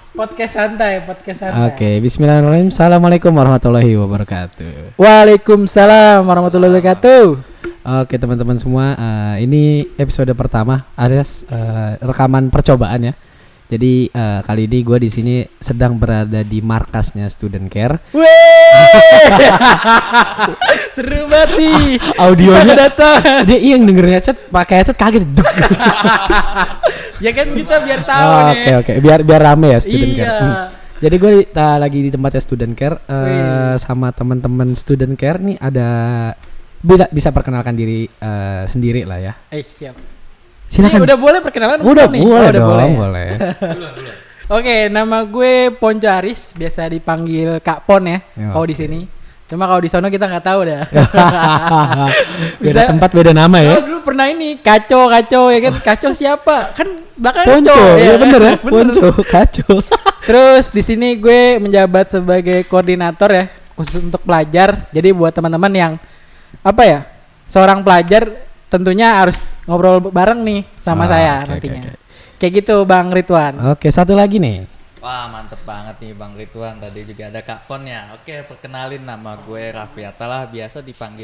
Podcast santai. Oke, bismillahirrahmanirrahim. Assalamualaikum warahmatullahi wabarakatuh. Waalaikumsalam warahmatullahi wabarakatuh. Oke teman-teman semua, ini episode pertama alias rekaman percobaan ya. Jadi kali ini gue di sini sedang berada di markasnya Student Care. Seru banget nih. Audionya datang. Dia yang dengerin headset pakai headset kaget. Ya kan kita biar tahu nih. Oke. Biar rame ya Student Iya. Care. Jadi gue lagi di tempatnya Student Care sama teman-teman Student Care nih ada bisa perkenalkan diri sendiri lah ya. Siap. Silakan. Ini udah boleh perkenalan? Udah nih? boleh Udah dong, boleh. boleh. Oke, nama gue Ponco Aris, biasa dipanggil Kak Pon ya. Kalau di sini. Cuma kalau di sono kita nggak tahu dah. Beda tempat beda nama ya. Dulu pernah ini kacau ya kan. Kacau siapa? Kan belakang Ponco. Ya bener ya. Bener. Ponco, kacau. Terus di sini gue menjabat sebagai koordinator ya, khusus untuk pelajar. Jadi buat teman-teman yang seorang pelajar tentunya harus ngobrol bareng nih sama saya nantinya. Kayak gitu Bang Ridwan. Oke, satu lagi nih. Wah mantep banget nih Bang Ridwan. Tadi juga ada Kak Pon ya. Oke, perkenalin nama gue Raffi Atalah, biasa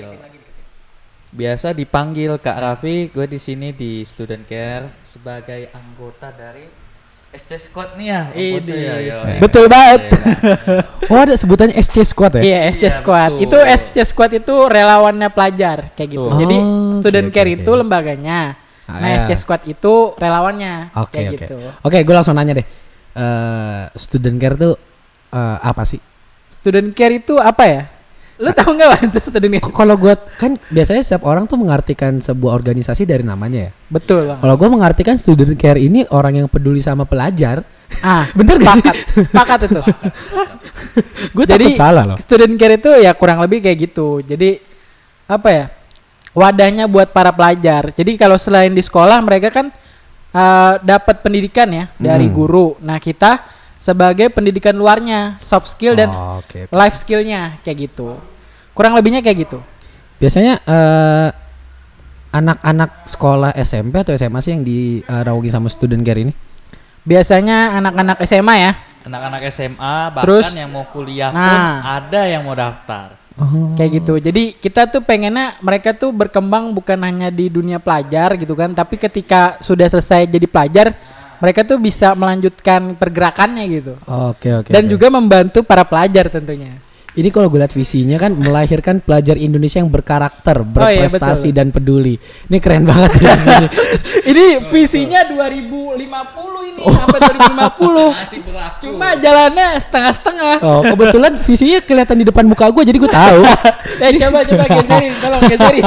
dipanggil Kak Raffi. Gue di sini di Student Care sebagai anggota dari SC Squad nih ya. Betul banget. Oh, ada sebutannya SC Squad ya? Iya, SC Squad. Betul. Itu SC Squad itu relawannya pelajar kayak gitu. Jadi Student Care itu lembaganya. SC Squad itu relawannya kayak gitu. Oke, gue langsung nanya deh. Student Care tuh apa sih? Student Care itu apa ya? Lu tahu nggak Bang itu Student Care? Kalau gue kan biasanya setiap orang tuh mengartikan sebuah organisasi dari namanya ya. Betul Bang. Kalau gue mengartikan Student Care ini orang yang peduli sama pelajar. Bener gak sih? Sepakat itu. Gue takut salah loh. Student Care itu ya kurang lebih kayak gitu. Jadi wadahnya buat para pelajar. Jadi kalau selain di sekolah mereka kan dapat pendidikan ya dari guru. Nah kita sebagai pendidikan luarnya, soft skill dan life skillnya kayak gitu. Kurang lebihnya kayak gitu. Biasanya anak-anak sekolah SMP atau SMA sih yang diraungi sama Student Care ini? Biasanya anak-anak SMA ya. Anak-anak SMA bahkan Terus, yang mau kuliah pun ada yang mau daftar. Kayak gitu. Jadi kita tuh pengennya mereka tuh berkembang bukan hanya di dunia pelajar gitu kan, tapi ketika sudah selesai jadi pelajar mereka tuh bisa melanjutkan pergerakannya gitu. Oke. Dan juga membantu para pelajar tentunya. Ini kalau gue lihat visinya kan melahirkan pelajar Indonesia yang berkarakter, berprestasi dan peduli. Ini keren banget ya. Ini visinya 2050 ini sampai 2050. Masih berlaku. Cuma jalannya setengah-setengah. Oh, kebetulan visinya kelihatan di depan muka gue jadi gue tahu. Coba geserin, tolong geserin.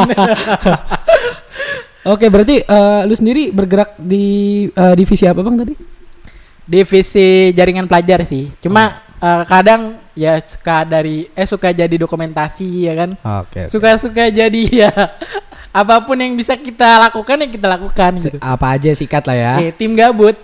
Oke, berarti lu sendiri bergerak di divisi apa Bang tadi? Divisi jaringan pelajar sih. Cuma kadang ya suka jadi dokumentasi ya kan. Oke. Suka jadi ya apapun yang bisa kita lakukan ya kita lakukan gitu. Apa aja sikat lah ya. Tim gabut.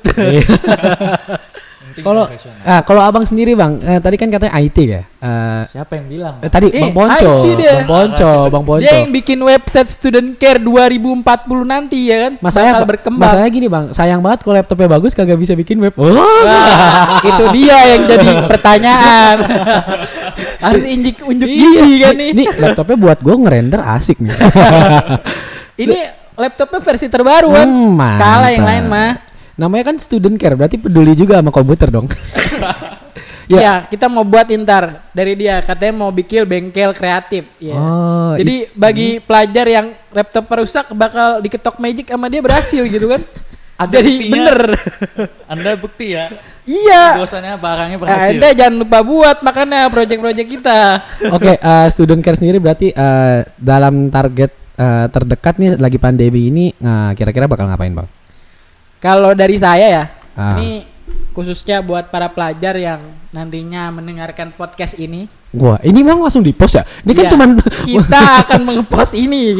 Kalau abang sendiri Bang, tadi kan katanya IT ya. Siapa yang bilang? Tadi Bang Ponco. Bang Ponco. Dia yang bikin website Student Care 2040 nanti ya kan. Masalahnya berkembang. Masalahnya gini Bang, sayang banget kalau laptopnya bagus kagak bisa bikin web. Itu dia yang jadi pertanyaan. Harus unjuk gigi kan nih. Nih laptopnya buat gue ngerender asik nih. Ini laptopnya versi terbaru kan. Kalah yang lain mah. Namanya kan Student Care, berarti peduli juga sama komputer dong. Ya, kita mau buat intar dari dia katanya mau bikin bengkel kreatif. Ya. Jadi bagi pelajar yang laptop rusak bakal diketok magic sama dia berhasil gitu kan. Jadi bener. Anda bukti ya. Iya. Dosanya barangnya berhasil. Anda jangan lupa buat makanya project-project kita. Oke, Student Care sendiri berarti dalam target terdekat nih lagi pandemi ini, kira-kira bakal ngapain Bang? Kalau dari saya ya, ini khususnya buat para pelajar yang nantinya mendengarkan podcast ini. Wah, ini Bang langsung di-post ya? Ini kan cuman kita akan meng-post ini.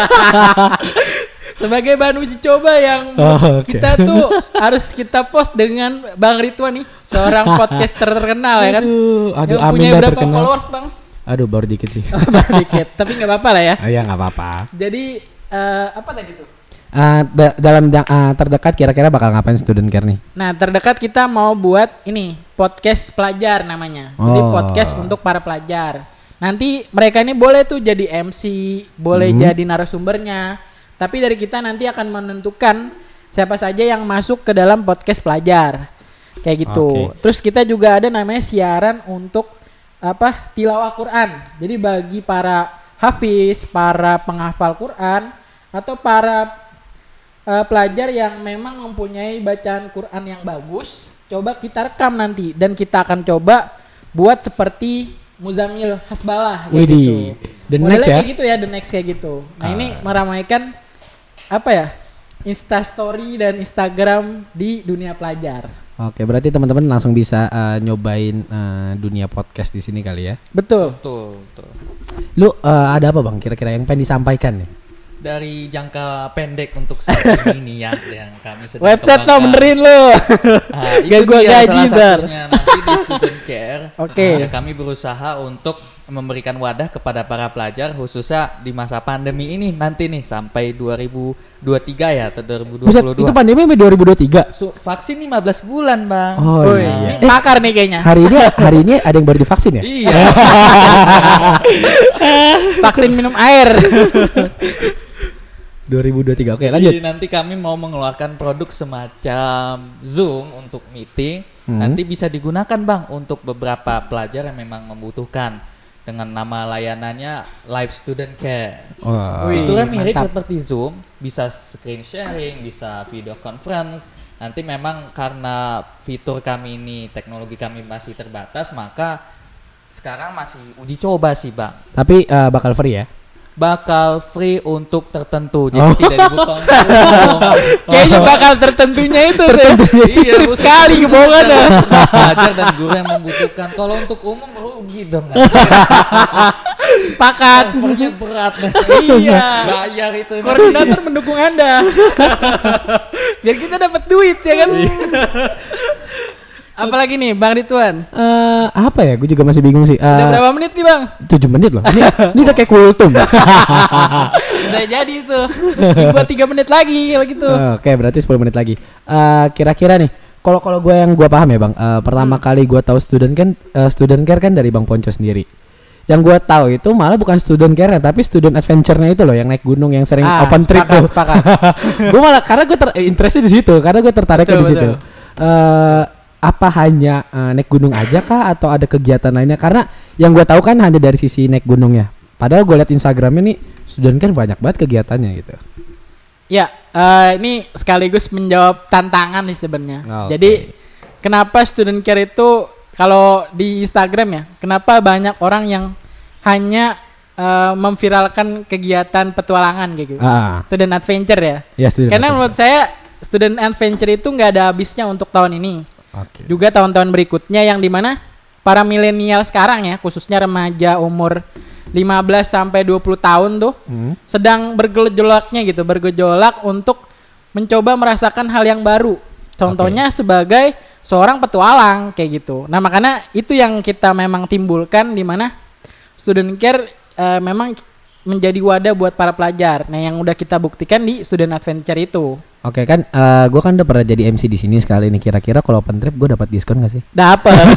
Sebagai bahan uji coba yang kita tuh harus kita post dengan Bang Ridwan nih, seorang podcaster terkenal ya kan. Aduh, yang punya berapa followers Bang? Aduh, baru dikit sih. Baru dikit, tapi nggak apa-apa lah ya. Iya, nggak apa-apa. Jadi apa tadi tuh? Dalam terdekat kira-kira bakal ngapain student care nih? Nah, terdekat kita mau buat ini podcast pelajar namanya. Jadi podcast untuk para pelajar. Nanti mereka ini boleh tuh jadi MC, boleh jadi narasumbernya. Tapi dari kita nanti akan menentukan siapa saja yang masuk ke dalam podcast pelajar. Kayak gitu. Terus kita juga ada namanya siaran untuk tilawah Quran. Jadi bagi para hafiz, para penghafal Quran atau para pelajar yang memang mempunyai bacaan Quran yang bagus, coba kita rekam nanti dan kita akan coba buat seperti Muzammil Hasbalah gitu. The Modelnya next ya? kayak gitu ya, the next kayak gitu. Nah, ini meramaikan Insta story dan Instagram di dunia pelajar. Oke, berarti teman-teman langsung bisa nyobain dunia podcast di sini kali ya. Betul. Lu ada apa Bang kira-kira yang pengen disampaikan nih? Dari jangka pendek untuk saat ini yang kami sedang Website lo kembangkan. benerin lo. Gak gua gaji salah ntar. satunya nanti di student care. Oke. Kami berusaha untuk memberikan wadah kepada para pelajar khususnya di masa pandemi ini nanti nih sampai 2023 ya atau 2022. Buset, itu pandemi sampai 2023. Vaksin 15 bulan, Bang. Oh Woi, iya. ini pakar nih kayaknya. Hari ini ada yang baru divaksin ya? Iya. Vaksin minum air. 2023. Oke, lanjut. Jadi nanti kami mau mengeluarkan produk semacam Zoom untuk meeting. Nanti bisa digunakan, Bang, untuk beberapa pelajar yang memang membutuhkan dengan nama layanannya Live Student Care. Wah. Wih, Itu kan mirip mantap. seperti Zoom, bisa screen sharing, bisa video conference. Nanti memang karena fitur kami ini, teknologi kami masih terbatas, maka sekarang masih uji coba sih, Bang. Tapi bakal free ya? Bakal free untuk tertentu, jadi tidak dibuka untuk umum. Kayaknya bakal tertentunya itu Iya, Tip sekali kebohongan dah. Pelajar dan guru yang membutuhkan. Kalau untuk umum rugi dong. Sepakat. Servernya berat. Iya. Bayar itu. Koordinator mendukung Anda. Biar kita dapat duit ya kan. Apalagi nih Bang Ridwan. Apa ya? Gue juga masih bingung sih. Udah berapa menit nih Bang? 7 menit loh. Ini udah kayak kultum. Bisa jadi itu. Dibuat 3 menit lagi kalau gitu. Oke, berarti 10 menit lagi. Kira-kira nih, kalau gue paham ya Bang. Pertama kali gue tahu student care kan dari Bang Ponco sendiri. Yang gue tahu itu malah bukan student care tapi student adventure-nya itu loh, yang naik gunung yang sering open trip tuh. Sepakat. Gue malah karena gue interestnya di situ, karena gue tertariknya di situ. Apa hanya naik gunung aja kah atau ada kegiatan lainnya? Karena yang gue tahu kan hanya dari sisi naik gunungnya. Padahal gue liat Instagramnya nih student care banyak banget kegiatannya gitu. Ya, ini sekaligus menjawab tantangan nih sebenarnya. Oke. Jadi kenapa student care itu kalau di Instagram ya, kenapa banyak orang yang hanya memviralkan kegiatan petualangan kayak gitu. Student adventure ya. Ya, student Karena adventure. menurut saya student adventure itu nggak ada habisnya untuk tahun ini. Oke. Juga tahun-tahun berikutnya yang dimana para milenial sekarang ya, khususnya remaja umur 15 sampai 20 tahun tuh sedang bergejolak untuk mencoba merasakan hal yang baru. Contohnya sebagai seorang petualang kayak gitu. Nah, makanya itu yang kita memang timbulkan di mana student care memang menjadi wadah buat para pelajar. Nah, yang udah kita buktikan di student adventure itu. Oke kan, gue kan udah pernah jadi MC di sini sekali nih. Kira-kira kalau open trip gue dapat diskon gak sih? Dapet.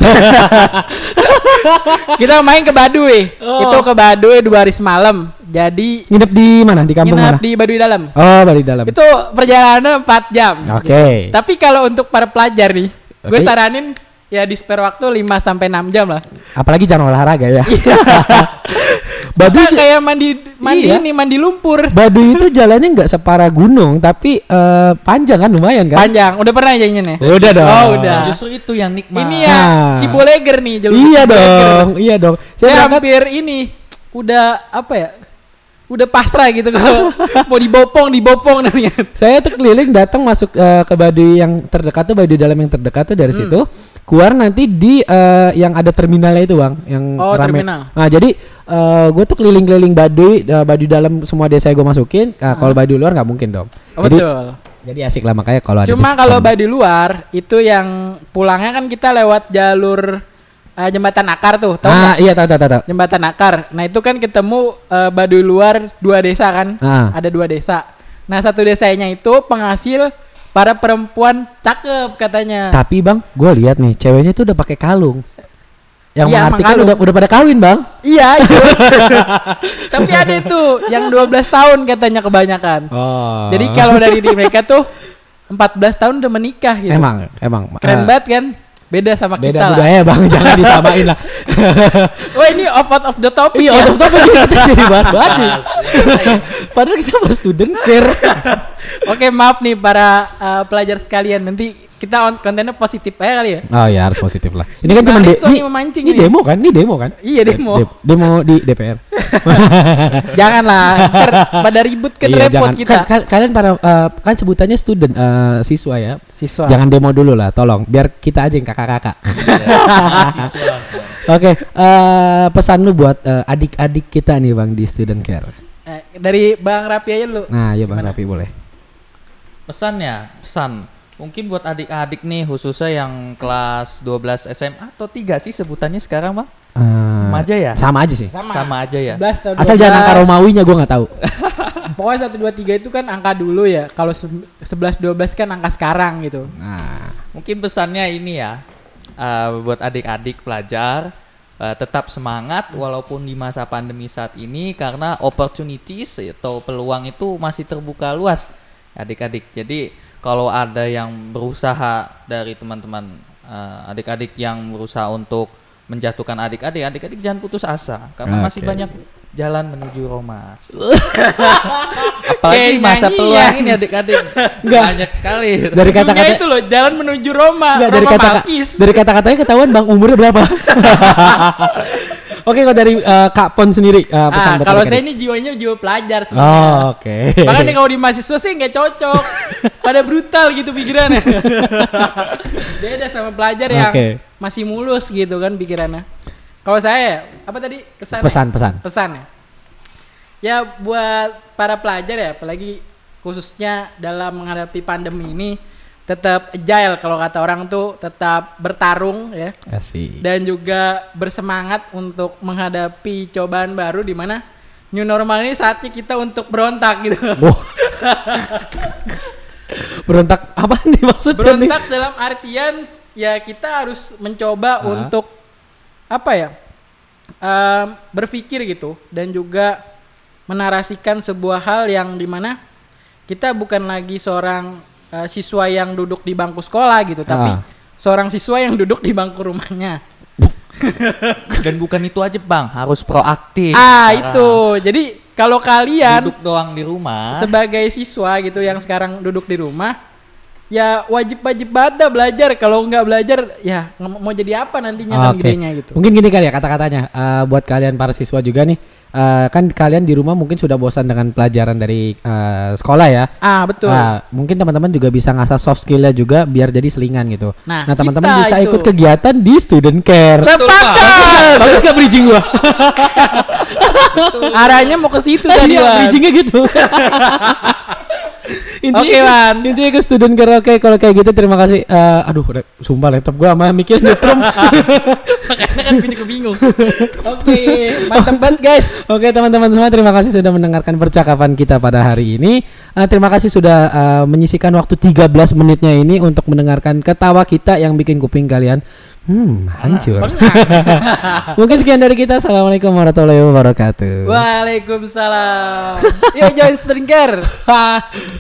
Kita main ke Baduy. Itu ke Baduy 2 hari semalam. Jadi Nginep di mana? Di kampung nginep mana? di Baduy Dalam. Oh, Bali Dalam. Itu perjalanan 4 jam. Oke. Tapi kalau untuk para pelajar nih, gue Oke. saranin ya di spare waktu 5 sampai 6 jam lah. Apalagi jangan olahraga ya. Baduy Karena kayak mandi Iya. mandi lumpur. Baduy itu jalannya nggak separah gunung, tapi panjang kan, lumayan kan? Panjang. Udah pernah aja nih? Udah dong. Oh, udah. Justru itu yang nikmat. Ini ya Nah. Ciboleger nih jalur Iya Ciboleger. dong, iya dong. Saya berangkat- hampir ini udah apa ya? Udah pasrah gitu kalau mau dibopong dan Saya tuh keliling datang masuk ke Baduy yang terdekat tuh, Baduy Dalam yang terdekat tuh dari situ keluar nanti di yang ada terminalnya itu Bang, yang Oh, rame. terminal. Nah jadi gue tuh keliling-keliling Baduy Dalam semua desa gue masukin. Kalau Baduy luar nggak mungkin dong. Oh, betul. Jadi asik lah makanya kalau ada. Cuma kalau Baduy luar itu yang pulangnya kan kita lewat jalur jembatan Akar tuh, tahu nggak? Iya tahu. Jembatan Akar. Nah itu kan ketemu Baduy luar 2 desa kan? Ah. Ada 2 desa. Nah, satu desanya itu penghasil para perempuan cakep katanya. Tapi bang, gue lihat nih ceweknya tuh udah pakai kalung. Yang Iya, mengartikan emang udah pada kawin bang. Iya itu. Tapi ada itu yang 12 tahun katanya kebanyakan. Oh. Jadi kalau dari mereka tuh 14 tahun udah menikah gitu. emang Keren banget kan? Beda sama beda kita lah. budaya bang, jangan disamain lah. Wah, ini out of the topic Iya, ya. out of topic kita jadi bahas banget nih. Mas, ya. Padahal kita bahas student care. Oke, maaf nih para pelajar sekalian. Nanti kita kontennya positif aja kali ya. Oh ya harus positif lah. Ini kan cuma Balik tuh nih memancing ini nih. demo kan? Ini demo kan? Iya, demo. Demo di DPR. Janganlah, ntar pada ribut kan Iya, repot jangan. kita. Kalian para kan sebutannya student siswa ya. Siswa. Jangan demo dulu lah, tolong. Biar kita aja yang kakak-kakak. Mahasiswa. Oke, pesan lu buat adik-adik kita nih bang di student care. Dari Bang Rapi aja lu. Nah, ya bang Gimana? Rafi boleh. Pesan mungkin buat adik-adik nih khususnya yang kelas 12 SMA atau 3 sih sebutannya sekarang bang? Sama aja ya? Sama aja sih. Sama aja ya. 11 atau 12. Asal jangan angka Romawinya gue nggak tahu. Pokoknya 1 2 3 itu kan angka dulu ya. Kalau 11 12 kan angka sekarang gitu. Nah, Mungkin pesannya ini ya, buat adik-adik pelajar, tetap semangat walaupun di masa pandemi saat ini karena opportunities atau peluang itu masih terbuka luas adik-adik. Jadi kalau ada yang berusaha dari teman-teman adik-adik yang berusaha untuk menjatuhkan adik-adik jangan putus asa karena masih Oke. banyak jalan menuju Romas. Apalagi Kayak masa nyanyian. peluang ini adik-adik banyak sekali. dari Ujungnya kata-kata itu loh, jalan menuju Roma. Enggak, Roma Malkis. dari kata-katanya ketahuan bang umurnya berapa. Oke, kalau dari Kak Pon sendiri pesan buat Kalau saya adik-adik. ini jiwanya jiwa pelajar sebenarnya. Oh, oke. Makanya kalau di mahasiswa sih nggak cocok. Pada brutal gitu pikirannya. Beda sama pelajar yang Oke. masih mulus gitu kan pikirannya. Kalau saya apa tadi kesannya? Pesan. Pesan ya. Ya buat para pelajar ya, apalagi khususnya dalam menghadapi pandemi ini tetap agile kalau kata orang tuh, tetap bertarung ya. Kasih. Dan juga bersemangat untuk menghadapi cobaan baru di mana new normal ini saatnya kita untuk berontak gitu. Wow. Berontak apa nih maksudnya nih? Berontak dalam artian ya kita harus mencoba untuk apa ya? Berpikir gitu dan juga menarasikan sebuah hal yang dimana kita bukan lagi seorang siswa yang duduk di bangku sekolah gitu, tapi seorang siswa yang duduk di bangku rumahnya. Dan bukan itu aja bang, harus proaktif. Itu. Jadi kalau kalian duduk doang di rumah. sebagai siswa gitu yang sekarang duduk di rumah, ya wajib banget dah belajar. Kalau nggak belajar, ya mau jadi apa nantinya kan Oke. gedenya gitu. Mungkin gini kali ya kata-katanya buat kalian para siswa juga nih. Kan kalian di rumah mungkin sudah bosan dengan pelajaran dari sekolah ya. Betul. Mungkin teman-teman juga bisa ngasah soft skill-nya juga biar jadi selingan gitu. Nah, teman-teman kita bisa itu. ikut kegiatan di student care. Tepat. Bagus gak bridging gua? Arahnya mau ke situ tadi, Iya, Wan. bridgingnya gitu. Oke, Wan. Intinya ke student care. Oke, kalau kayak gitu terima kasih. Sumpah laptop gua sama mic-nya nyetrum. Makanya kan gue juga bingung. Oke, mantap banget guys. Oke teman-teman semua, terima kasih sudah mendengarkan percakapan kita pada hari ini. Terima kasih sudah menyisikan waktu 13 menitnya ini untuk mendengarkan ketawa kita yang bikin kuping kalian hancur. Mungkin sekian dari kita. Assalamualaikum warahmatullahi wabarakatuh. Waalaikumsalam. Yuk join Student Care.